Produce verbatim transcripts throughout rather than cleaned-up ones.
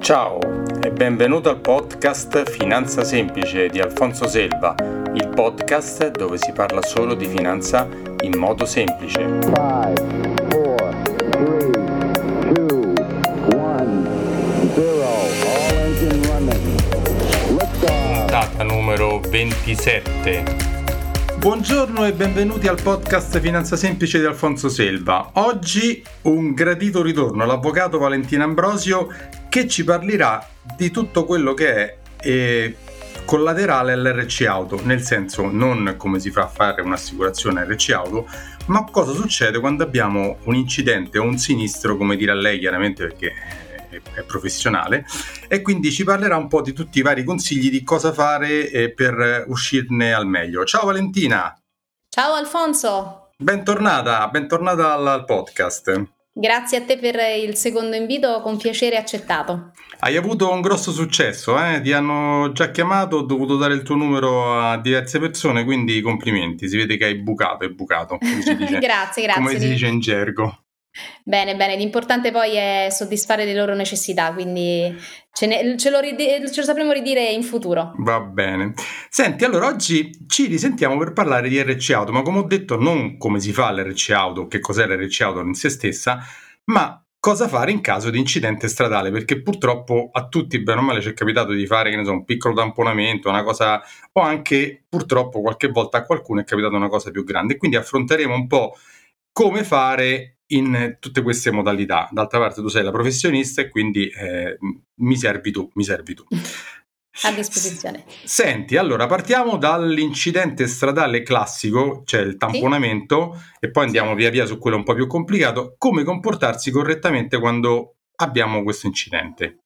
Ciao e benvenuto al podcast Finanza Semplice di Alfonso Selva, il podcast dove si parla solo di finanza in modo semplice. five, four, three, two, one, zero. All engine running. Liftoff. Puntata numero ventisette. Buongiorno e benvenuti al podcast Finanza Semplice di Alfonso Selva. Oggi un gradito ritorno all'avvocato Valentino Ambrosio che ci parlerà di tutto quello che è eh, collaterale all'R C auto, nel senso non come si fa a fare un'assicurazione R C auto, ma cosa succede quando abbiamo un incidente o un sinistro, come dirà lei chiaramente perché è, è professionale, e quindi ci parlerà un po' di tutti i vari consigli di cosa fare eh, per uscirne al meglio. Ciao Valentina! Ciao Alfonso! Bentornata, bentornata al, al podcast. Grazie a te per il secondo invito, con piacere accettato. Hai avuto un grosso successo, eh? Ti hanno già chiamato, ho dovuto dare il tuo numero a diverse persone, quindi complimenti, si vede che hai bucato, hai bucato, come si dice, grazie, grazie. come si dice in gergo. Bene, bene, l'importante poi è soddisfare le loro necessità, quindi ce, ne, ce, lo, ride, ce lo sapremo ridire in futuro. Va bene. Senti, allora oggi ci risentiamo per parlare di R C auto, ma come ho detto non come si fa l'R C auto, che cos'è l'R C auto in se stessa, ma cosa fare in caso di incidente stradale, perché purtroppo a tutti, bene o male, ci è capitato di fare, che ne so, un piccolo tamponamento, una cosa, o anche purtroppo qualche volta a qualcuno è capitata una cosa più grande, quindi affronteremo un po' come fare in tutte queste modalità. D'altra parte tu sei la professionista e quindi eh, mi servi tu, mi servi tu. A disposizione. Senti, allora partiamo dall'incidente stradale classico, cioè il tamponamento, sì? E poi andiamo sì. via via su quello un po' più complicato. Come comportarsi correttamente quando abbiamo questo incidente?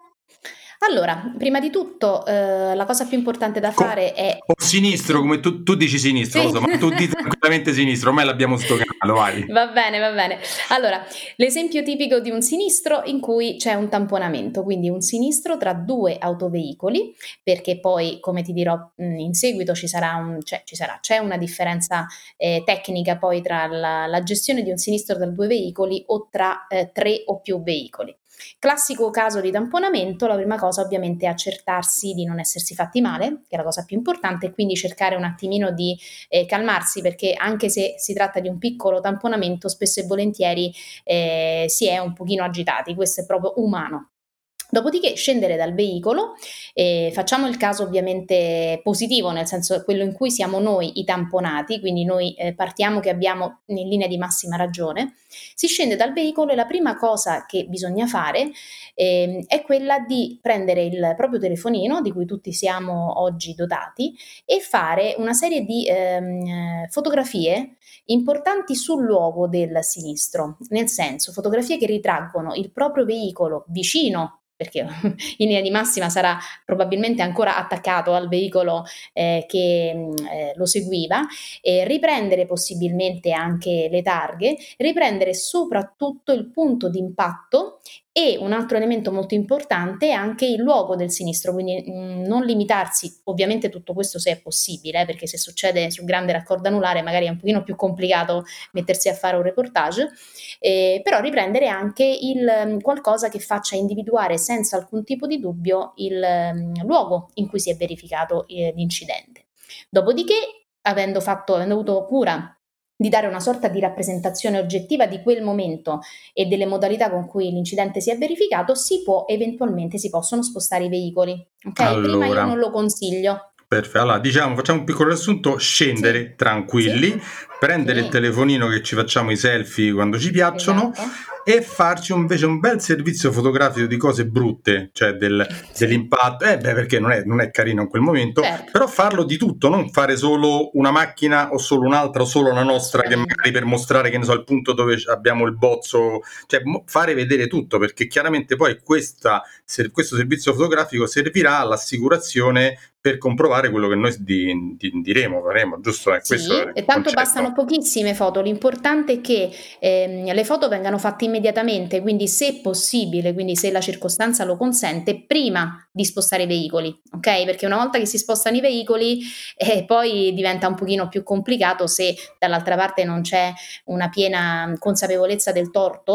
Allora, prima di tutto, eh, la cosa più importante da fare Co- è... O sinistro, come tu, tu dici sinistro, sì. Lo so, ma tu dici tranquillamente sinistro, ormai l'abbiamo stoccato, vai. Va bene, va bene. Allora, l'esempio tipico di un sinistro in cui c'è un tamponamento, quindi un sinistro tra due autoveicoli, perché poi, come ti dirò in seguito, ci sarà, un, cioè, ci sarà c'è una differenza eh, tecnica poi tra la, la gestione di un sinistro tra due veicoli o tra eh, tre o più veicoli. Classico caso di tamponamento, la prima cosa ovviamente è accertarsi di non essersi fatti male, che è la cosa più importante, e quindi cercare un attimino di eh, calmarsi, perché anche se si tratta di un piccolo tamponamento, spesso e volentieri eh, si è un pochino agitati, questo è proprio umano. Dopodiché scendere dal veicolo, eh, facciamo il caso ovviamente positivo, nel senso quello in cui siamo noi i tamponati, quindi noi eh, partiamo che abbiamo in linea di massima ragione, si scende dal veicolo e la prima cosa che bisogna fare eh, è quella di prendere il proprio telefonino, di cui tutti siamo oggi dotati, e fare una serie di ehm, fotografie importanti sul luogo del sinistro, nel senso fotografie che ritraggono il proprio veicolo vicino, perché in linea di massima sarà probabilmente ancora attaccato al veicolo eh, che eh, lo seguiva, e riprendere possibilmente anche le targhe, riprendere soprattutto il punto di impatto. E un altro elemento molto importante è anche il luogo del sinistro, quindi mh, non limitarsi, ovviamente tutto questo se è possibile, eh, perché se succede sul grande raccordo anulare magari è un pochino più complicato mettersi a fare un reportage, eh, però riprendere anche il, qualcosa che faccia individuare senza alcun tipo di dubbio il um, luogo in cui si è verificato eh, l'incidente. Dopodiché, avendo fatto, avendo avuto cura di dare una sorta di rappresentazione oggettiva di quel momento e delle modalità con cui l'incidente si è verificato, si può eventualmente, si possono spostare i veicoli. Ok? Allora, prima io non lo consiglio. Perfetto, allora diciamo, facciamo un piccolo riassunto, scendere sì. tranquilli, sì. prendere sì. il telefonino che ci facciamo i selfie quando ci piacciono, esatto. e farci invece un bel servizio fotografico di cose brutte, cioè del, sì. dell'impatto, eh beh perché non è, non è carino in quel momento, certo. però farlo di tutto, non fare solo una macchina o solo un'altra o solo la nostra, che magari per mostrare, che ne so, il punto dove abbiamo il bozzo, cioè fare vedere tutto, perché chiaramente poi questa, questo servizio fotografico servirà all'assicurazione per comprovare quello che noi di, di, diremo, faremo, giusto? Eh, sì, questo è e tanto concetto. Bastano pochissime foto, l'importante è che ehm, le foto vengano fatte immediatamente, quindi se possibile, quindi se la circostanza lo consente, prima di spostare i veicoli, ok? Perché una volta che si spostano i veicoli eh, poi diventa un pochino più complicato se dall'altra parte non c'è una piena consapevolezza del torto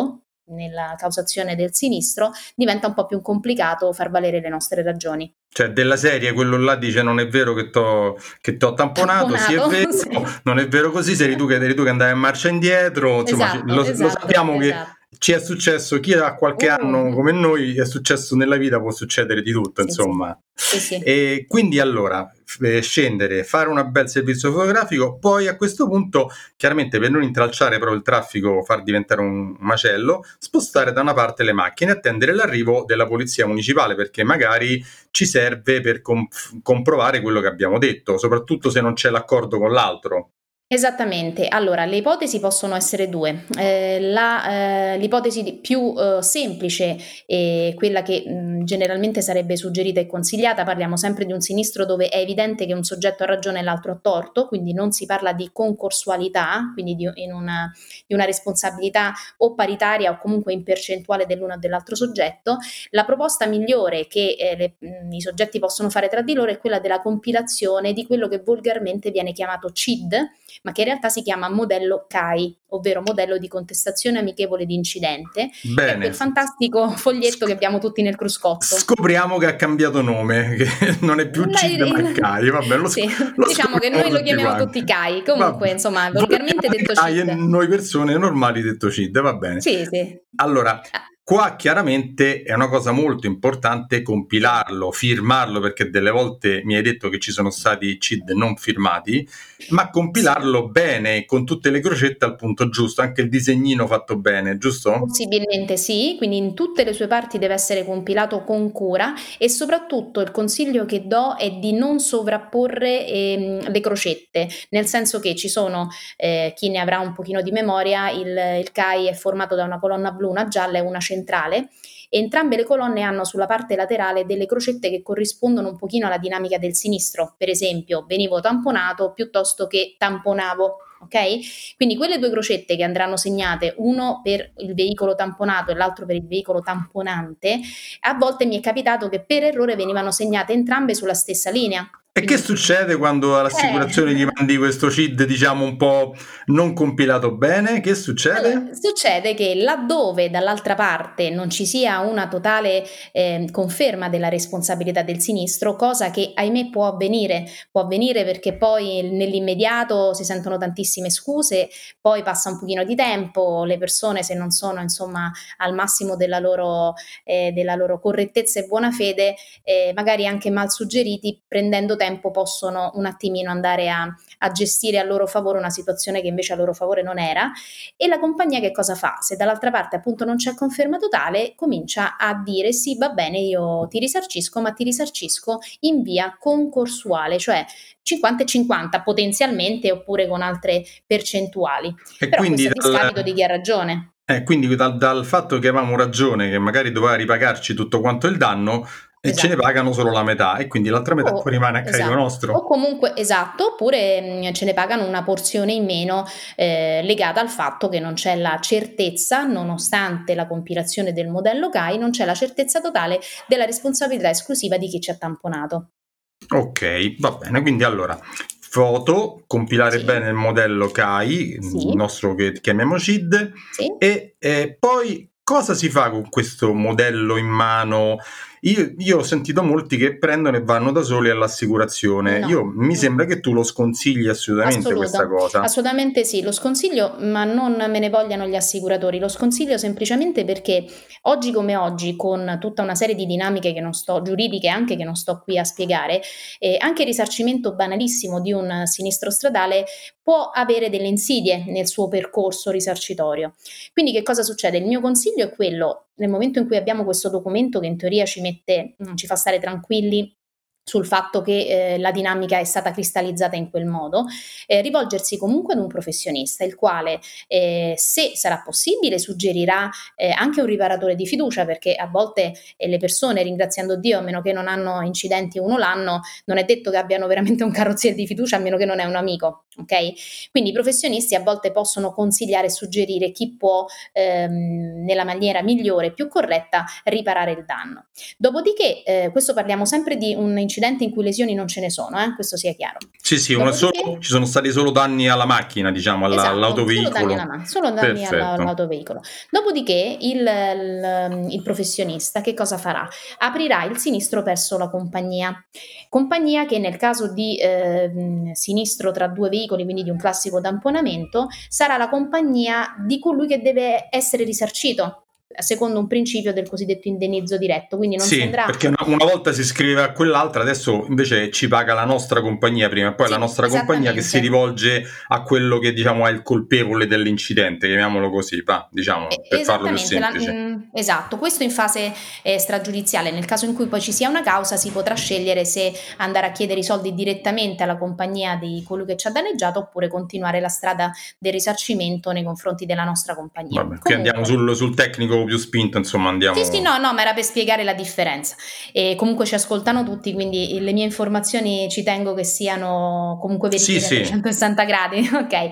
nella causazione del sinistro, diventa un po' più complicato far valere le nostre ragioni. Cioè della serie quello là dice non è vero che t'ho, che t'ho tamponato, Tamponato, sì è vero, sì. non è vero così, sei tu che, eri tu che andavi in marcia indietro, insomma Esatto, lo, lo esatto, sappiamo che esatto. ci è successo, chi ha qualche Uh, anno come noi è successo nella vita, può succedere di tutto, sì, sì, insomma. sì, sì. E quindi allora f- scendere, fare un bel servizio fotografico, poi a questo punto chiaramente per non intralciare però il traffico, far diventare un macello, spostare Sì. da una parte le macchine e attendere l'arrivo della polizia municipale, perché magari ci serve per com- comprovare quello che abbiamo detto, soprattutto se non c'è l'accordo con l'altro. Esattamente. Allora, le ipotesi possono essere due. Ehm, la ehm, l'ipotesi di più, uhm, semplice e quella che, mhmm, generalmente sarebbe suggerita e consigliata, parliamo sempre di un sinistro dove è evidente che un soggetto ha ragione e l'altro ha torto, quindi non si parla di concorsualità, quindi di in una di una responsabilità o paritaria o comunque in percentuale dell'uno o dell'altro soggetto. La proposta migliore che, ehm, le mhmm, i soggetti possono fare tra di loro è quella della compilazione di quello che volgarmente viene chiamato C I D, ma che in realtà si chiama modello C A I, ovvero modello di contestazione amichevole di incidente, che è quel Bene. fantastico foglietto Sc- che abbiamo tutti nel cruscotto. Scopriamo che ha cambiato nome, che non è più La- C I D ma il- C A I, vabbè, lo, sì, sc- lo diciamo che scopriamo noi lo tutti chiamiamo quanti. tutti C A I, Vabbè. comunque insomma, Voi volgarmente chiamate detto C A I e C I D. noi persone normali detto C I D, va bene. Sì, sì. Allora, Ah, qua chiaramente è una cosa molto importante sì. compilarlo, firmarlo, perché delle volte mi hai detto che ci sono stati C I D non firmati, ma Sì. compilarlo bene, con tutte le crocette al punto giusto, anche il disegnino fatto bene, giusto? Possibilmente sì, quindi in tutte le sue parti deve essere compilato con cura e soprattutto il consiglio che do è di non sovrapporre ehm, le crocette, nel senso che ci sono, eh, chi ne avrà un pochino di memoria, il, il C A I è formato da una colonna blu, una gialla e una centrale. E entrambe le colonne hanno sulla parte laterale delle crocette che corrispondono un pochino alla dinamica del sinistro, per esempio venivo tamponato piuttosto che tamponavo. Ok? Quindi quelle due crocette che andranno segnate, uno per il veicolo tamponato e l'altro per il veicolo tamponante, a volte mi è capitato che per errore venivano segnate entrambe sulla stessa linea. E che Quindi, succede quando all'assicurazione gli eh, mandi questo C I D, diciamo, un po' non compilato bene? Che allora, succede? succede che laddove dall'altra parte non ci sia una totale eh, conferma della responsabilità del sinistro, cosa che ahimè può avvenire, può avvenire perché poi nell'immediato si sentono tantissime scuse, poi passa un pochino di tempo, le persone se non sono insomma al massimo della loro, eh, della loro correttezza e buona fede, eh, magari anche mal suggeriti, prendendo tempo possono un attimino andare a, a gestire a loro favore una situazione che invece a loro favore non era. E la compagnia che cosa fa? Se dall'altra parte appunto non c'è conferma totale, comincia a dire sì, va bene, io ti risarcisco, ma ti risarcisco in via concorsuale, cioè cinquanta e cinquanta potenzialmente oppure con altre percentuali. E Però quindi questo a discapito dal, di chi ha ragione. eh, quindi dal, dal fatto che avevamo ragione, che magari doveva ripagarci tutto quanto il danno, e ce ne Esatto. pagano solo la metà, e quindi l'altra metà poi O, rimane a carico esatto. O nostro. comunque, esatto, oppure mh, ce ne pagano una porzione in meno eh, legata al fatto che non c'è la certezza, nonostante la compilazione del modello C A I, non c'è la certezza totale della responsabilità esclusiva di chi ci ha tamponato. Ok, va bene, quindi allora, foto, compilare Sì, bene il modello C A I, il sì, nostro che chiamiamo C I D, sì. e eh, poi cosa si fa con questo modello in mano? Io, io ho sentito molti che prendono e vanno da soli all'assicurazione. Io, No. mi Mm. sembra che tu lo sconsigli assolutamente questa Assoluta, cosa. assolutamente sì, lo sconsiglio, ma non me ne vogliano gli assicuratori, lo sconsiglio semplicemente perché oggi come oggi, con tutta una serie di dinamiche che non sto, giuridiche anche che non sto qui a spiegare, eh, anche il risarcimento banalissimo di un sinistro stradale può avere delle insidie nel suo percorso risarcitorio. Quindi che cosa succede? Il mio consiglio è quello, nel momento in cui abbiamo questo documento che in teoria ci mette, ci fa stare tranquilli sul fatto che eh, la dinamica è stata cristallizzata in quel modo, eh, rivolgersi comunque ad un professionista, il quale, eh, se sarà possibile, suggerirà eh, anche un riparatore di fiducia, perché a volte eh, le persone, ringraziando Dio, a meno che non hanno incidenti uno l'anno, non è detto che abbiano veramente un carrozziere di fiducia, a meno che non è un amico, ok? Quindi i professionisti a volte possono consigliare e suggerire chi può, ehm, nella maniera migliore, più corretta, riparare il danno. Dopodiché, eh, questo parliamo sempre di un incidente incidente in cui lesioni non ce ne sono, eh? Questo sia chiaro. Sì, sì, una solo, ci sono stati solo danni alla macchina, diciamo, alla, esatto, all'autoveicolo. Solo danni, alla man- solo danni alla, Perfetto. all'autoveicolo. Dopodiché il, il, il professionista che cosa farà? Aprirà il sinistro presso la compagnia. Compagnia che nel caso di eh, sinistro tra due veicoli, quindi di un classico tamponamento, sarà la compagnia di colui che deve essere risarcito secondo un principio del cosiddetto indennizzo diretto, quindi non sì, si andrà... perché una, una volta si iscrive a quell'altra, adesso invece ci paga la nostra compagnia prima e poi Sì, la nostra compagnia che si rivolge a quello che diciamo è il colpevole dell'incidente, chiamiamolo così, va, diciamo, per farlo più semplice. La, mh, esatto, questo in fase eh, stragiudiziale, nel caso in cui poi ci sia una causa si potrà scegliere se andare a chiedere i soldi direttamente alla compagnia di colui che ci ha danneggiato oppure continuare la strada del risarcimento nei confronti della nostra compagnia. Vabbè, qui andiamo sul, sul tecnico più spinto, insomma andiamo... Sì, sì, no, no, ma era per spiegare la differenza. E comunque ci ascoltano tutti, quindi le mie informazioni ci tengo che siano comunque veritiere sì, a sì. trecentosessanta gradi, ok.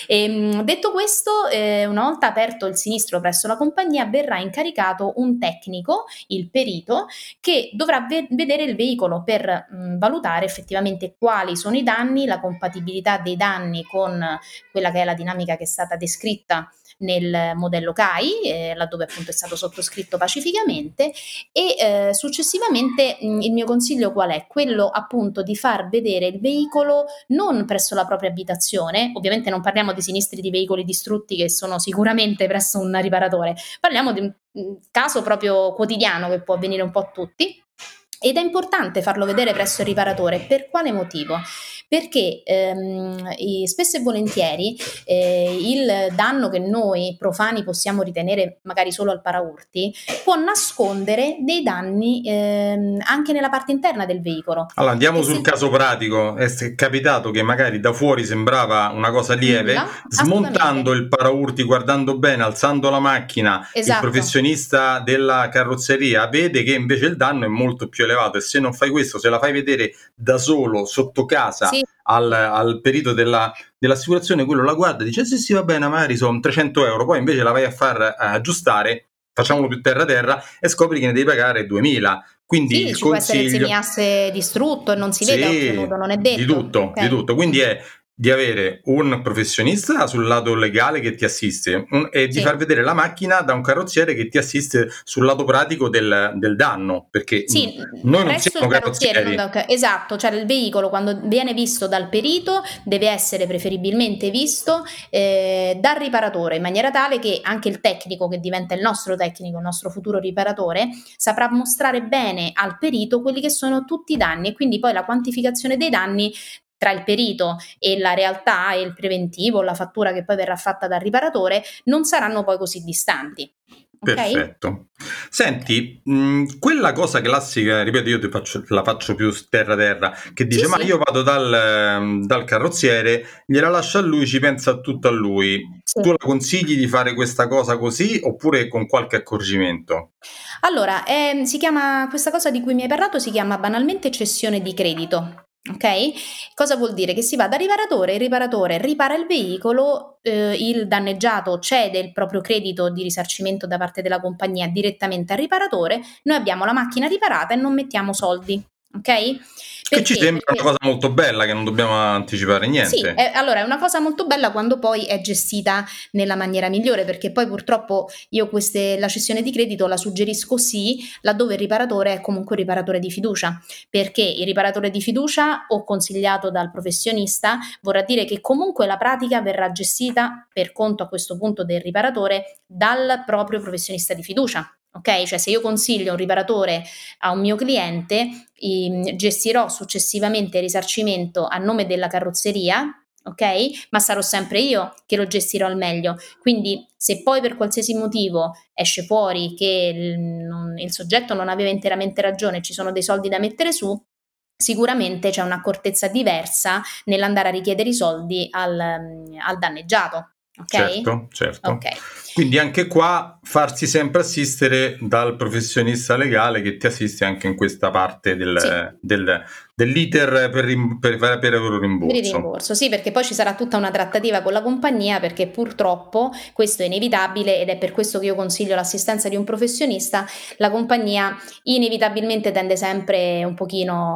E, detto questo, eh, una volta aperto il sinistro presso la compagnia verrà incaricato un tecnico, il perito, che dovrà ve- vedere il veicolo per mh, valutare effettivamente quali sono i danni, la compatibilità dei danni con quella che è la dinamica che è stata descritta nel modello C A I, eh, laddove appunto è stato sottoscritto pacificamente, e eh, successivamente mh, il mio consiglio qual è? Quello appunto di far vedere il veicolo non presso la propria abitazione, ovviamente non parliamo di sinistri di veicoli distrutti che sono sicuramente presso un riparatore, parliamo di un, un caso proprio quotidiano che può avvenire un po' a tutti. Ed è importante farlo vedere presso il riparatore. Per quale motivo? Perché ehm, spesso e volentieri eh, il danno che noi profani possiamo ritenere magari solo al paraurti può nascondere dei danni ehm, anche nella parte interna del veicolo. Allora andiamo e sul se... caso pratico. È capitato che magari da fuori sembrava una cosa lieve, Nulla, smontando il paraurti, guardando bene, alzando la macchina, esatto. Il professionista della carrozzeria vede che invece il danno è molto più elevato, e se non fai questo, se la fai vedere da solo sotto casa sì. al, al perito della, dell'assicurazione, quello la guarda e dice sì sì va bene, magari sono trecento euro, poi invece la vai a far uh, aggiustare, facciamolo più terra terra, e scopri che ne devi pagare duemila. Quindi sì, il ci può essere il consiglio... semiasse distrutto e non si sì, vede a occhio nudo, non è detto. Di tutto, Okay. di tutto. Quindi è di avere un professionista sul lato legale che ti assiste un, e di Sì. far vedere la macchina da un carrozziere che ti assiste sul lato pratico del, del danno, perché Sì, noi non presso siamo il carrozziere, carrozzieri. non da- esatto, cioè il veicolo quando viene visto dal perito deve essere preferibilmente visto eh, dal riparatore, in maniera tale che anche il tecnico, che diventa il nostro tecnico, il nostro futuro riparatore, saprà mostrare bene al perito quelli che sono tutti i danni, e quindi poi la quantificazione dei danni tra il perito e la realtà e il preventivo, la fattura che poi verrà fatta dal riparatore, non saranno poi così distanti. Okay? Perfetto. Senti, mh, quella cosa classica, ripeto, io ti faccio, la faccio più terra terra, che dice Sì, ma sì. io vado dal, dal carrozziere, gliela lascio a lui, ci pensa tutto a lui. Sì. Tu la consigli di fare questa cosa così oppure con qualche accorgimento? Allora, ehm, si chiama, questa cosa di cui mi hai parlato si chiama banalmente cessione di credito. Ok? Cosa vuol dire? Che si va dal riparatore, il riparatore ripara il veicolo, eh, il danneggiato cede il proprio credito di risarcimento da parte della compagnia direttamente al riparatore, noi abbiamo la macchina riparata e non mettiamo soldi. Ok? Che ci Perché? sembra Perché... una cosa molto bella, che non dobbiamo anticipare niente. Sì, è, allora è una cosa molto bella quando poi è gestita nella maniera migliore, perché poi purtroppo io queste, la cessione di credito la suggerisco sì, laddove il riparatore è comunque un riparatore di fiducia, perché il riparatore di fiducia o consigliato dal professionista vorrà dire che comunque la pratica verrà gestita per conto a questo punto del riparatore dal proprio professionista di fiducia. Ok? Cioè se io consiglio un riparatore a un mio cliente, i, gestirò successivamente il risarcimento a nome della carrozzeria, ok? Ma sarò sempre io che lo gestirò al meglio. Quindi se poi per qualsiasi motivo esce fuori che il, non, il soggetto non aveva interamente ragione, ci sono dei soldi da mettere su, sicuramente c'è un'accortezza diversa nell'andare a richiedere i soldi al, al danneggiato. Okay? Certo, certo. Okay. Quindi anche qua farsi sempre assistere dal professionista legale che ti assiste anche in questa parte del, sì. del, dell'iter per, per, per, per il rimborso. Per il rimborso, sì, perché poi ci sarà tutta una trattativa con la compagnia, perché purtroppo questo è inevitabile ed è per questo che io consiglio l'assistenza di un professionista. La compagnia inevitabilmente tende sempre un pochino a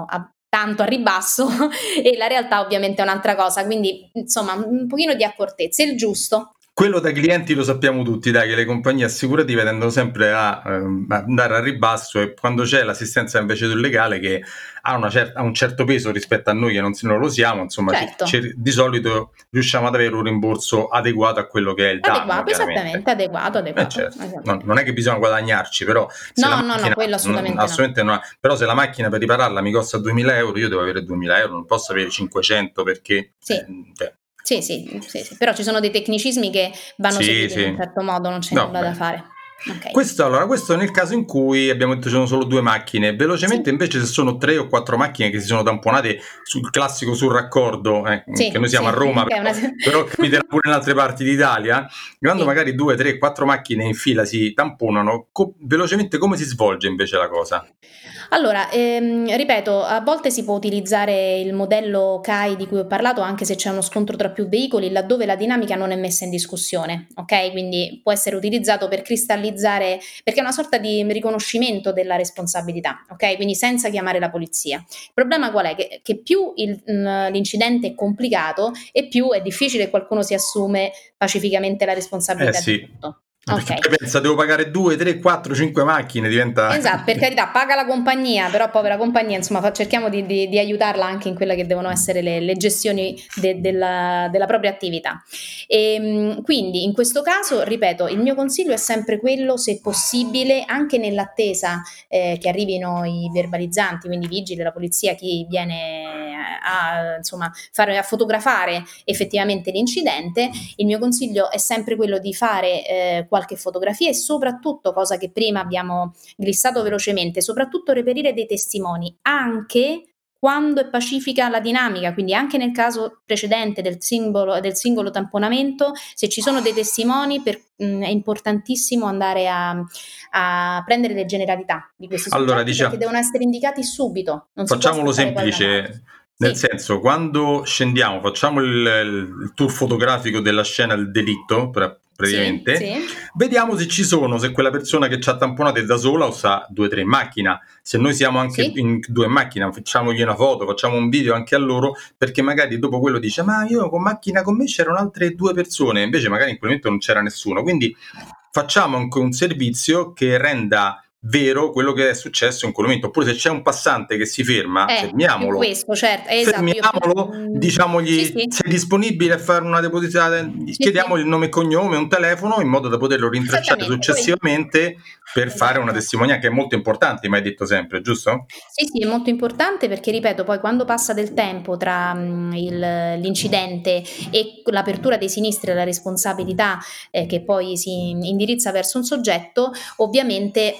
tanto a ribasso e la realtà ovviamente è un'altra cosa, quindi insomma un pochino di accortezza, il giusto. Quello dai clienti lo sappiamo tutti, dai, che le compagnie assicurative tendono sempre a ehm, andare a ribasso, e quando c'è l'assistenza invece del legale, che ha, una cer- ha un certo peso rispetto a noi che non, non lo siamo, insomma, Certo. ci- ci- di solito riusciamo ad avere un rimborso adeguato a quello che è il danno. Adeguato, chiaramente. esattamente, adeguato, adeguato. Eh, certo. Esatto. Non, non è che bisogna guadagnarci, però se No, la no, no, macchina, quello assolutamente non, no. assolutamente no. Però se la macchina per ripararla mi costa duemila euro, io devo avere duemila euro, non posso avere cinquecento perché... Sì. eh, cioè, Sì, sì, sì, sì, però ci sono dei tecnicismi che vanno Sì, seguiti sì. in un certo modo, non c'è No, nulla beh. da fare. Ok. Questo, allora, questo nel caso in cui abbiamo detto ci sono solo due macchine. Velocemente Sì. invece, se sono tre o quattro macchine che si sono tamponate sul classico sul raccordo, eh, Sì, che noi siamo sì, a Roma, che è però, una- però capiterà pure in altre parti d'Italia, quando Sì. magari due, tre, quattro macchine in fila si tamponano, co- velocemente come si svolge invece la cosa? Allora, ehm, ripeto, a volte si può utilizzare il modello C A I di cui ho parlato anche se c'è uno scontro tra più veicoli, laddove la dinamica non è messa in discussione, ok? Quindi può essere utilizzato per cristallizzare, perché è una sorta di riconoscimento della responsabilità, ok? Quindi senza chiamare la polizia. Il problema qual è? Che, che più il- l'incidente è complicato e più è difficile che qualcuno si assume pacificamente la responsabilità Eh sì. di tutto. Perché Ok. poi pensa, devo pagare due, tre, quattro, cinque macchine, diventa... Esatto, per carità, paga la compagnia, però povera compagnia, insomma, fa- cerchiamo di, di- di aiutarla anche in quelle che devono essere le, le gestioni de- della, della propria attività. E, quindi in questo caso, ripeto, il mio consiglio è sempre quello, se possibile, anche nell'attesa eh, che arrivino i verbalizzanti, quindi i vigili, la polizia, chi viene a, insomma, fare, a fotografare effettivamente l'incidente, il mio consiglio è sempre quello di fare eh, qualche fotografia e soprattutto, cosa che prima abbiamo glissato velocemente, soprattutto reperire dei testimoni, anche quando è pacifica la dinamica, quindi anche nel caso precedente del singolo, del singolo tamponamento, se ci sono dei testimoni per, mh, è importantissimo andare a, a prendere le generalità di questi soggetti, Allora, diciamo, perché devono essere indicati subito, non si può facciamolo aspettare poi una data. semplice, nel Sì, senso, quando scendiamo, facciamo il, il tour fotografico della scena del delitto, pra- sì, praticamente, sì. vediamo se ci sono, se quella persona che ci ha tamponato è da sola o sta due o tre in macchina. Se noi siamo anche Sì. in due in macchina, facciamogli una foto, facciamo un video anche a loro, perché magari dopo quello dice, ma io con macchina con me c'erano altre due persone, invece magari in quel momento non c'era nessuno. Quindi facciamo anche un servizio che renda vero quello che è successo in quel momento. Oppure se c'è un passante che si ferma, Eh, più fermiamolo. questo, certo, esatto. Io più- Fermiamolo, mm, diciamogli, sì, sì. sei disponibile a fare una deposizione, Sì, chiediamogli sì. il nome e cognome, un telefono, in modo da poterlo rintracciare Esattamente, poi- successivamente per fare una Esatto. testimonianza, che è molto importante, mi hai detto sempre, giusto? Sì, sì, è molto importante perché, ripeto, poi quando passa del tempo tra mh, il- l'incidente e l'apertura dei sinistri e la responsabilità eh, che poi si indirizza verso un soggetto, ovviamente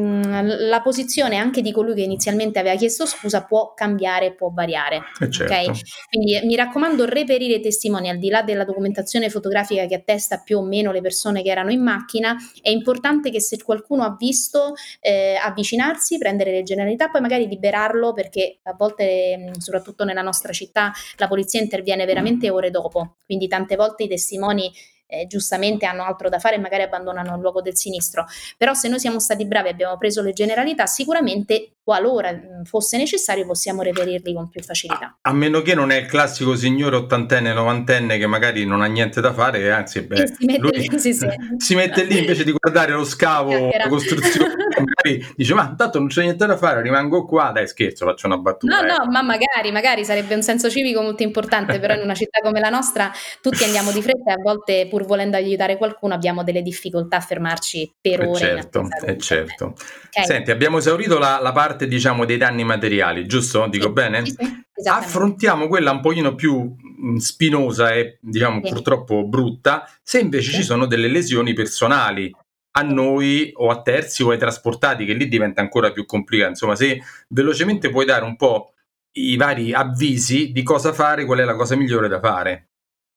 mh, la posizione anche di colui che inizialmente aveva chiesto scusa può cambiare, può variare. Eh certo. Ok? Quindi eh, mi raccomando, reperire i testimoni al di là della documentazione fotografica che attesta più o meno le persone che erano in macchina. È importante che se qualcuno ha visto eh, avvicinarsi, prendere le generalità, poi magari liberarlo, perché a volte, mh, soprattutto nella nostra città, la polizia interviene veramente ore dopo, quindi tante volte i testimoni eh, giustamente hanno altro da fare e magari abbandonano il luogo del sinistro. Però se noi siamo stati bravi e abbiamo preso le generalità, sicuramente qualora mh, fosse necessario possiamo reperirli con più facilità. A meno che non è il classico signore ottantenne, novantenne che magari non ha niente da fare, e anzi, beh, E si mette lui lì, sì, sì. si mette lì invece di guardare lo scavo, Chiacchiera. la costruzione, magari dice, ma tanto non c'è niente da fare, rimango qua, dai scherzo, faccio una battuta. No, eh. no, ma magari, magari sarebbe un senso civico molto importante, però in una città come la nostra tutti andiamo di fretta e a volte, pur volendo aiutare qualcuno, abbiamo delle difficoltà a fermarci per Eh ore in certo, attesa eh del certo. intervento. Ok? Senti, abbiamo esaurito la, la parte, diciamo, dei danni materiali, giusto? Dico Sì, bene? sì, sì, esattamente. Affrontiamo quella un pochino più mh, spinosa e, diciamo, Sì. purtroppo brutta, se invece Sì. ci sono delle lesioni personali a noi o a terzi o ai trasportati, che lì diventa ancora più complicato. Insomma, se velocemente puoi dare un po' i vari avvisi di cosa fare, qual è la cosa migliore da fare.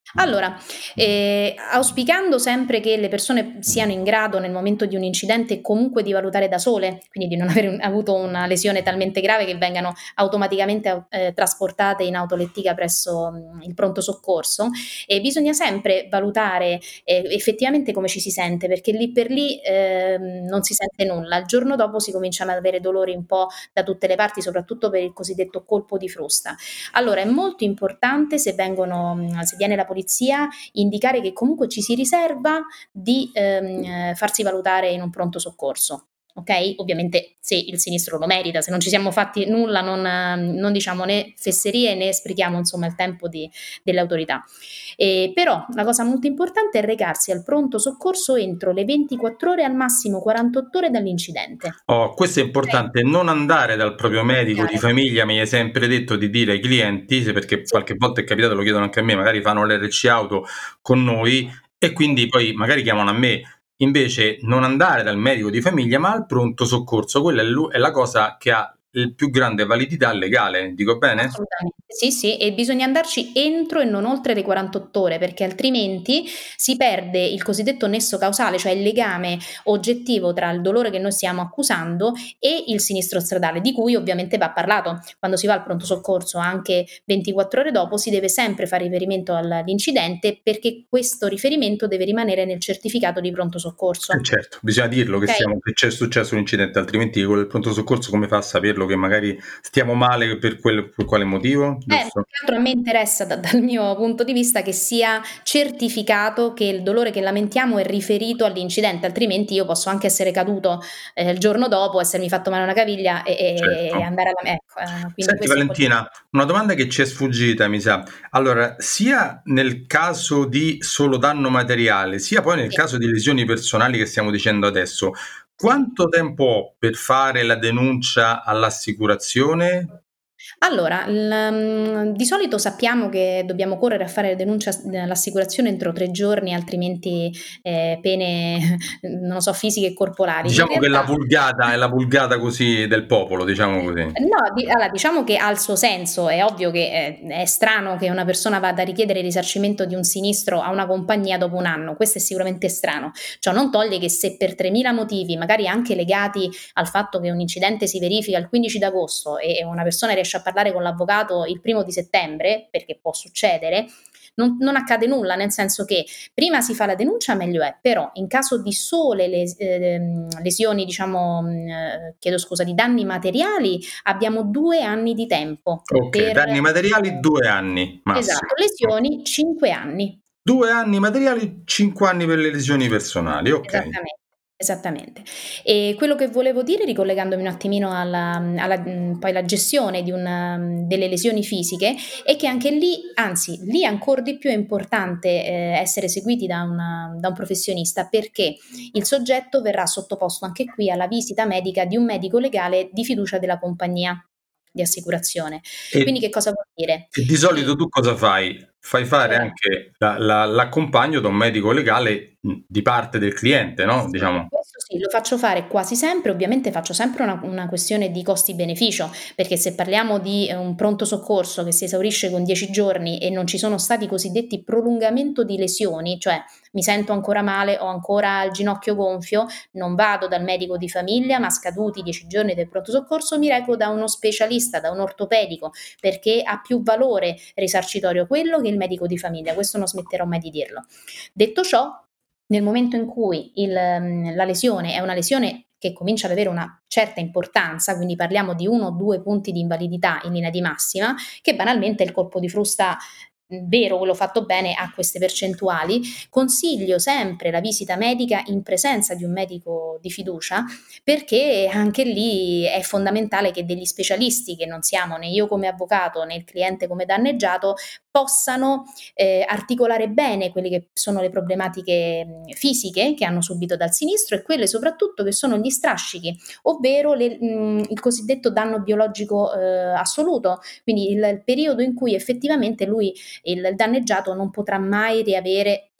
Allora, ehm, auspicando sempre che le persone siano in grado nel momento di un incidente comunque di valutare da sole, quindi di non avere un avuto una lesione talmente grave che vengano automaticamente au ehm, trasportate in autolettica presso, mhmm, il pronto soccorso, e bisogna sempre valutare, ehm, effettivamente come ci si sente, perché lì per lì, ehm, non si sente nulla. Il giorno dopo si cominciano ad avere dolori un po' da tutte le parti, soprattutto per il cosiddetto colpo di frusta. Allora è molto importante, se vengono mhmm, se viene la polizia, indicare che comunque ci si riserva di, ehm, farsi valutare in un pronto soccorso, okay, ovviamente se il sinistro lo merita, se non ci siamo fatti nulla non non diciamo né fesserie né sprechiamo insomma il tempo di delle autorità. Ehm, però la cosa molto importante è recarsi al pronto soccorso entro le ventiquattro ore, al massimo quarantotto ore dall'incidente. Oh, questo è Okay? importante, non andare dal proprio Non medico di sbagliare. famiglia. Mi hai sempre detto di dire ai clienti, se perché Sì. qualche volta è capitato, lo chiedono anche a me, magari fanno l'R C auto con noi e quindi poi magari chiamano a me. Invece non andare dal medico di famiglia, ma al pronto soccorso. Quella è lu è la cosa che ha il più grande validità legale, dico bene? Assolutamente, sì, sì, e bisogna andarci entro e non oltre le quarantotto ore, perché altrimenti si perde il cosiddetto nesso causale, cioè il legame oggettivo tra il dolore che noi stiamo accusando e il sinistro stradale, di cui ovviamente va parlato. Quando si va al pronto soccorso, anche ventiquattro ore dopo, si deve sempre fare riferimento all'incidente, perché questo riferimento deve rimanere nel certificato di pronto Eh soccorso. certo, bisogna dirlo che Okay? siamo che c'è successo un incidente, altrimenti quello del pronto soccorso come fa a saperlo che magari stiamo male per quel per quale motivo, Eh, più giusto? che altro a me interessa da dal mio punto di vista che sia certificato che il dolore che lamentiamo è riferito all'incidente, altrimenti io posso anche essere caduto, ehm, il giorno dopo, essermi fatto male a una caviglia e e e Certo. andare alla ecco, ehm, quindi Senti questo è un po' il Valentina, una domanda che ci è sfuggita mi sa. Allora, sia nel caso di solo danno materiale, sia poi nel sì, caso di lesioni personali che stiamo dicendo adesso, sì. quanto tempo ho per fare la denuncia all'assicurazione? Allora, il mhmm, di solito sappiamo che dobbiamo correre a fare denuncia s all'assicurazione entro tre giorni, altrimenti, ehm, pene, non lo so, fisiche e corporali. In Diciamo che la realtà vulgata è la vulgata così del popolo, diciamo così. No, di allora diciamo che ha il suo senso. È ovvio che è è strano che una persona vada a richiedere il risarcimento di un sinistro a una compagnia dopo un anno, questo è sicuramente strano. Ciò non toglie che se per tremila motivi, magari anche legati al fatto che un incidente si verifica il quindici d'agosto e una persona riesce a parlare con l'avvocato il primo di settembre, perché può succedere, non non accade nulla, nel senso che prima si fa la denuncia meglio è, però in caso di sole les ehm, lesioni diciamo, mhmm, chiedo scusa, di danni materiali, abbiamo due anni di tempo Okay, per danni materiali due anni massimo. esatto, lesioni cinque anni. due anni materiali, cinque anni per le lesioni personali, okay. Esattamente, esattamente. E quello che volevo dire, ricollegandomi un attimino alla mhmm, alla mhmm, poi la gestione di un mhmm, delle lesioni fisiche, è che anche lì anzi, lì ancor di più è importante, ehm, essere seguiti da un da un professionista, perché il soggetto verrà sottoposto anche qui alla visita medica di un medico legale di fiducia della compagnia di assicurazione. Quindi E che cosa vuol dire? e di Che solito tu cosa fai? Fai fare allora anche la la l'accompagno da un medico legale, mhmm, di parte del cliente, no, sì, diciamo. questo sì, lo faccio fare quasi sempre, ovviamente faccio sempre una una questione di costi-beneficio, perché se parliamo di, ehm, un pronto soccorso che si esaurisce con dieci giorni e non ci sono stati i cosiddetti prolungamento di lesioni, cioè mi sento ancora male, ho ancora il ginocchio gonfio, non vado dal medico di famiglia, ma scaduti i dieci giorni del pronto soccorso mi reco da uno specialista, da un ortopedico, perché ha più valore risarcitorio quello che il medico di famiglia, questo non smetterò mai di dirlo. Detto ciò, nel momento in cui il mhmm, la lesione è una lesione che comincia ad avere una certa importanza, quindi parliamo di uno o due punti di invalidità in linea di massima, che banalmente il colpo di frusta, mhmm, vero, quello fatto bene, ha queste percentuali, consiglio sempre la visita medica in presenza di un medico di fiducia, perché anche lì è fondamentale che degli specialisti, che non siamo né io come avvocato né il cliente come danneggiato, possano, ehm, articolare bene quelle che sono le problematiche, mhmm, fisiche che hanno subito dal sinistro e quelle soprattutto che sono gli strascichi, ovvero le mhmm, il cosiddetto danno biologico, uhm, assoluto, quindi il il periodo in cui effettivamente lui il danneggiato non potrà mai riavere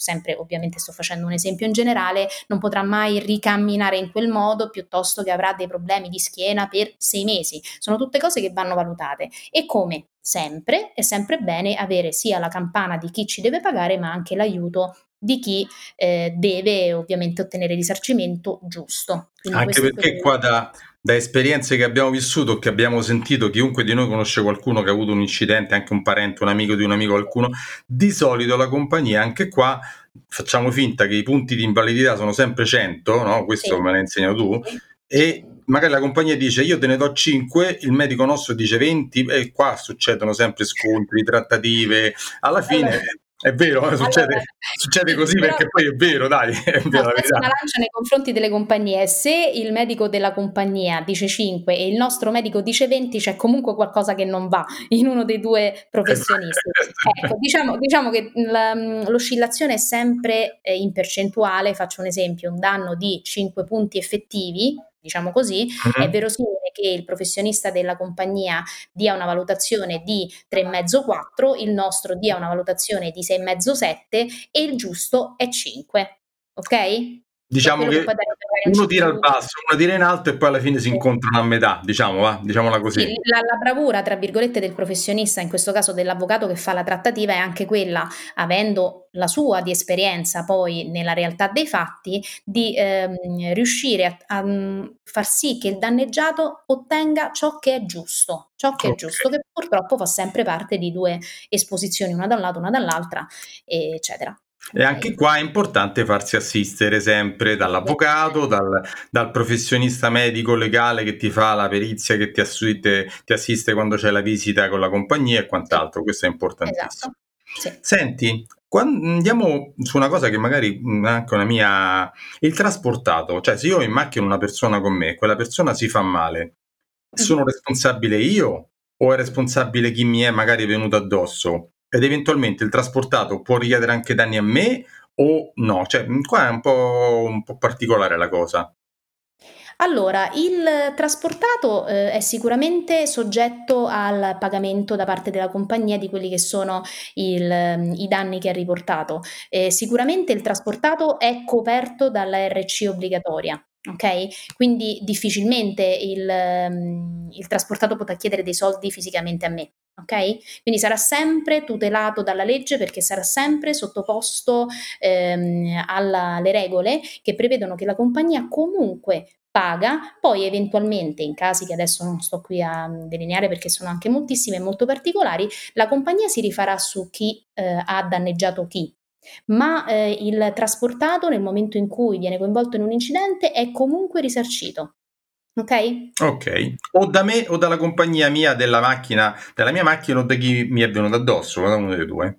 sempre ovviamente sto facendo un esempio in generale, non potrà mai ricamminare in quel modo, piuttosto che avrà dei problemi di schiena per sei mesi. Sono tutte cose che vanno valutate, e come sempre è sempre bene avere sia la campana di chi ci deve pagare, ma anche l'aiuto di chi eh, deve ovviamente ottenere risarcimento giusto. Quindi Anche questo è perché quello. qua da, da esperienze che abbiamo vissuto, che abbiamo sentito, chiunque di noi conosce qualcuno che ha avuto un incidente, anche un parente, un amico di un amico, qualcuno, di solito la compagnia, anche qua facciamo finta che i punti di invalidità sono sempre cento, no? Questo Sì, me l'hai insegnato sì, tu, sì. e magari la compagnia dice io te ne do cinque, il medico nostro dice venti, e qua succedono sempre scontri, trattative, alla fine Allora, è vero, eh, allora, succede, succede sì, così però perché poi è vero, dai, è no, vera la spezzo verità. una lancia nei confronti delle compagnie. Se il medico della compagnia dice cinque e il nostro medico dice venti, c'è comunque qualcosa che non va in uno dei due professionisti. Ecco, diciamo, diciamo che la- l'oscillazione è sempre eh, in percentuale. Faccio un esempio: un danno di cinque punti effettivi, diciamo così, è Mhm. verosimile che il professionista della compagnia dia una valutazione di tre virgola cinque quattro, il nostro dia una valutazione di sei virgola cinque sette e il giusto è cinque. Ok? Che è Diciamo quello che che poi darebbe magari un uno C tira al P U. basso, uno tira in alto e poi alla fine si Sì. incontrano a metà, diciamo, va, diciamola Sì, così. la, la bravura, tra virgolette, del professionista, in questo caso dell'avvocato che fa la trattativa, è anche quella, avendo la sua di esperienza poi nella realtà dei fatti, di ehm, riuscire a, a, mm, far sì che il danneggiato ottenga ciò che è giusto, ciò che è Ok. giusto, che purtroppo fa sempre parte di due esposizioni, una da un lato, una dall'altra, eccetera. E anche Ok? qua è importante farsi assistere sempre dall'avvocato, Ovviamente. dal, dal professionista medico legale che ti fa la perizia, che ti, assiste, ti assiste quando c'è la visita con la compagnia e Sì, quant'altro. Questo è importantissimo. esatto. Sì. Senti, quan- andiamo su una cosa che magari mh, anche una mia... Il trasportato, cioè se io ho in macchina una persona con me, quella persona si fa male, sono Mhm. responsabile io o è responsabile chi mi è magari venuto addosso? Ed eventualmente il trasportato può richiedere anche danni a me o no? Cioè, qua è un po', un po' particolare la cosa. Allora, il trasportato, ehm, è sicuramente soggetto al pagamento da parte della compagnia di quelli che sono il mhmm, i danni che ha riportato. Ehm, sicuramente il trasportato è coperto dalla R C obbligatoria, okay, quindi difficilmente il mhmm, il trasportato potrà chiedere dei soldi fisicamente a me, okay, quindi sarà sempre tutelato dalla legge, perché sarà sempre sottoposto, ehm, alla alle regole che prevedono che la compagnia comunque paga, poi eventualmente, in casi che adesso non sto qui a delineare perché sono anche moltissime e molto particolari, la compagnia si rifarà su chi eh, ha danneggiato chi. Ma eh, il trasportato, nel momento in cui viene coinvolto in un incidente, è comunque risarcito. Ok? Ok, o da me o dalla compagnia mia della macchina, della mia macchina o da chi mi è venuto addosso, da uno delle due.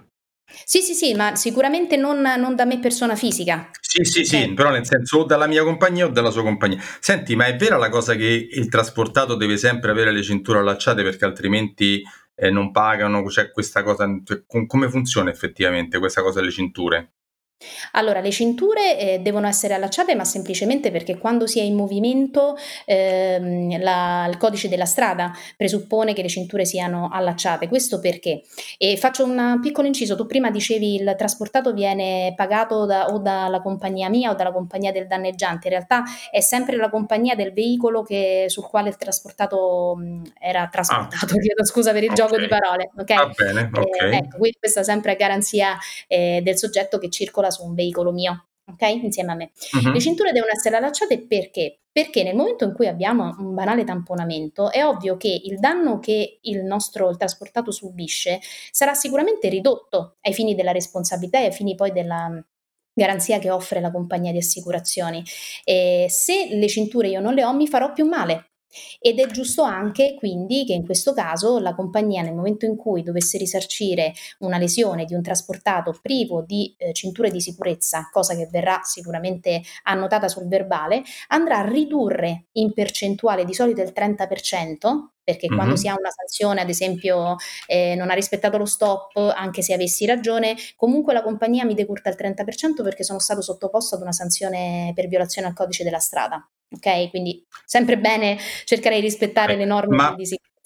Sì, sì, sì, ma sicuramente non, non da me persona fisica. Sì, sì, Ok? sì, però nel senso o dalla mia compagnia o dalla sua compagnia. Senti, ma è vera la cosa che il trasportato deve sempre avere le cinture allacciate perché altrimenti eh, non pagano? C'è questa cosa, cioè, com- come funziona effettivamente questa cosa delle cinture? Allora, le cinture, ehm, devono essere allacciate, ma semplicemente perché quando si è in movimento, ehm, la il codice della strada presuppone che le cinture siano allacciate. Questo perché? E faccio un piccolo inciso: tu prima dicevi il trasportato viene pagato da o dalla compagnia mia o dalla compagnia del danneggiante. In realtà è sempre la compagnia del veicolo che sul quale il trasportato, mhmm, era Ah, trasportato, chiedo scusa per il ok, gioco di parole, okay? va bene, ok. Ehm, ecco, quindi questa sempre a garanzia eh, del soggetto che circola su un veicolo mio, ok? Insieme a me. Le Mhm. cinture devono essere allacciate perché? Perché nel momento in cui abbiamo un banale tamponamento, è ovvio che il danno che il nostro il trasportato subisce sarà sicuramente ridotto ai fini della responsabilità e ai fini poi della mh, garanzia che offre la compagnia di assicurazioni. E se le cinture io non le ho, mi farò più male. Ed è giusto anche quindi che in questo caso la compagnia, nel momento in cui dovesse risarcire una lesione di un trasportato privo di eh, cinture di sicurezza, cosa che verrà sicuramente annotata sul verbale, andrà a ridurre in percentuale, di solito il trenta per cento, perché quando si Mhm. ha una sanzione, ad esempio eh, non ha rispettato lo stop, anche se avessi ragione, comunque la compagnia mi decurta il trenta per cento perché sono stato sottoposto ad una sanzione per violazione al codice della strada. Ok? Quindi sempre bene cercare di rispettare Ok. le norme Ma di sicurezza.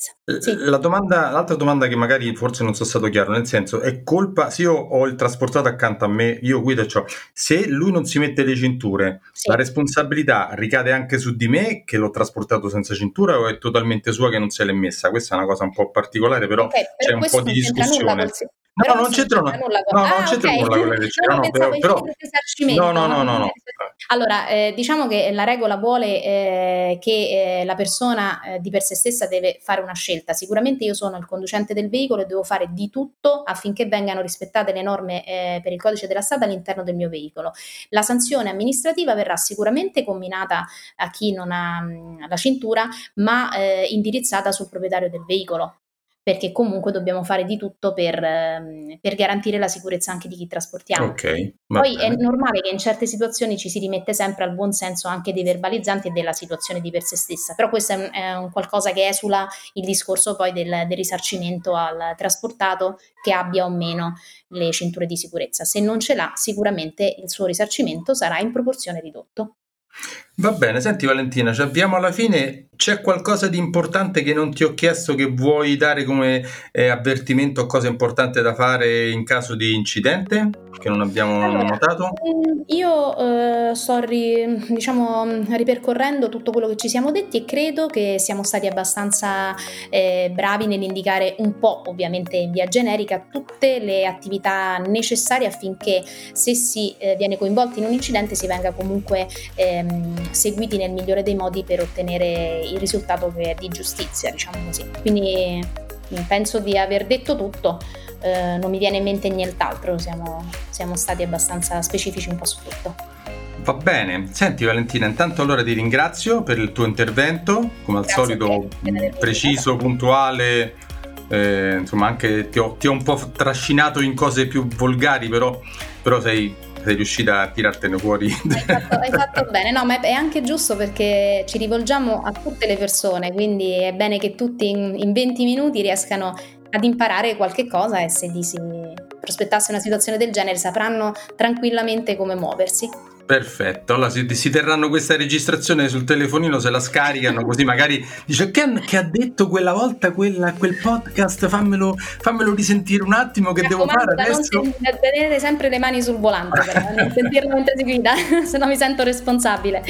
sicurezza. Sì. La domanda, l'altra domanda che magari forse non sono stato chiaro, nel senso, è colpa, se io ho il trasportato accanto a me, io guido e ciò, se lui non si mette le cinture, Sì. la responsabilità ricade anche su di me che l'ho trasportato senza cintura o è totalmente sua che non se l'è messa? Questa è una cosa un po' particolare, però Okay, c'è però un questo po' di non c'entra nulla discussione. col si No, però non questo non c'entra c'entra nu- nulla co no, non ah, c'entra okay. nulla con le No, cinture, no, no, pensavo però, ai però fini del risarcimento. no, no, no, no, no. Allora, ehm, diciamo che la regola vuole, ehm, che, ehm, la persona, ehm, di per sé stessa deve fare una scelta. Sicuramente io sono il conducente del veicolo e devo fare di tutto affinché vengano rispettate le norme, ehm, per il codice della strada all'interno del mio veicolo. La sanzione amministrativa verrà sicuramente comminata a chi non ha, mhmm, la cintura, ma, ehm, indirizzata sul proprietario del veicolo, perché comunque dobbiamo fare di tutto per mhmm, per garantire la sicurezza anche di chi trasportiamo. Ok, va Poi è bene. normale che in certe situazioni ci si rimette sempre al buon senso anche dei verbalizzanti e della situazione di per sé stessa, però questo è un è un qualcosa che esula il discorso poi del del risarcimento al trasportato che abbia o meno le cinture di sicurezza. Se non ce l'ha, sicuramente il suo risarcimento sarà in proporzione ridotto. Va bene, senti Valentina, ci avviamo alla fine. C'è qualcosa di importante che non ti ho chiesto che vuoi dare come eh, avvertimento o cosa importante da fare in caso di incidente che non abbiamo Allora, notato? mhmm, io, uhm, sto ri diciamo, mhmm, ripercorrendo tutto quello che ci siamo detti e credo che siamo stati abbastanza, ehm, bravi nell'indicare un po', ovviamente in via generica, tutte le attività necessarie affinché se si, ehm, viene coinvolti in un incidente si venga comunque, ehm, seguiti nel migliore dei modi per ottenere il risultato che è di giustizia, diciamo così. Quindi, mhmm, penso di aver detto tutto. Uh, non mi viene in mente nient'altro, siamo, siamo stati abbastanza specifici un po' su tutto. Va bene, senti Valentina, intanto allora ti ringrazio per il tuo intervento, come al Grazie solito preciso, puntuale, eh, insomma anche ti ho, ti ho un po' trascinato in cose più volgari, però, però sei, sei riuscita a tirartene fuori. Hai fatto, hai fatto bene, no, ma è anche giusto perché ci rivolgiamo a tutte le persone, quindi è bene che tutti in, in venti minuti riescano ad imparare qualche cosa e se gli si prospettasse una situazione del genere sapranno tranquillamente come muoversi. Perfetto, allora si, si terranno questa registrazione sul telefonino, se la scaricano così magari dice che, che ha detto quella volta quella, quel podcast, fammelo, fammelo risentire un attimo che Mi devo fare adesso. Non ten- tenere sempre le mani sul volante però, non sentirlo mentre si guida, se no mi sento responsabile.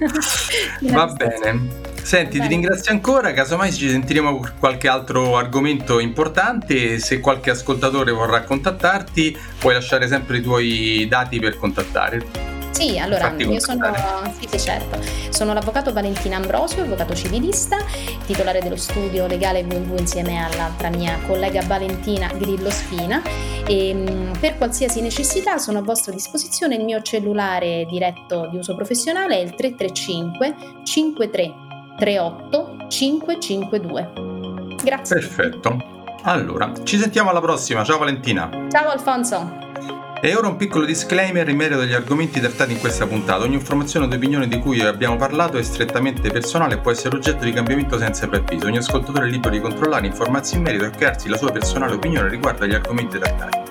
Va bene. Senti, ti ringrazio ancora, casomai ci sentiremo per qualche altro argomento importante. Se qualche ascoltatore vorrà contattarti, puoi lasciare sempre i tuoi dati per contattare. Sì, allora io sono, sì, sì, certo. Sono l'avvocato Valentina Ambrosio, avvocato civilista, titolare dello studio legale V V insieme all'altra mia collega Valentina Grillo Sfina e mh, per qualsiasi necessità sono a vostra disposizione. Il mio cellulare diretto di uso professionale è il tre tre cinque cinque tre tre otto cinque cinque due. Grazie. Perfetto. Allora, ci sentiamo alla prossima. Ciao Valentina. Ciao Alfonso. E ora un piccolo disclaimer in merito agli argomenti trattati in questa puntata. Ogni informazione o opinione di cui abbiamo parlato è strettamente personale e può essere oggetto di cambiamento senza preavviso. Ogni ascoltatore è libero di controllare, informarsi in merito e crearsi la sua personale opinione riguardo agli argomenti trattati.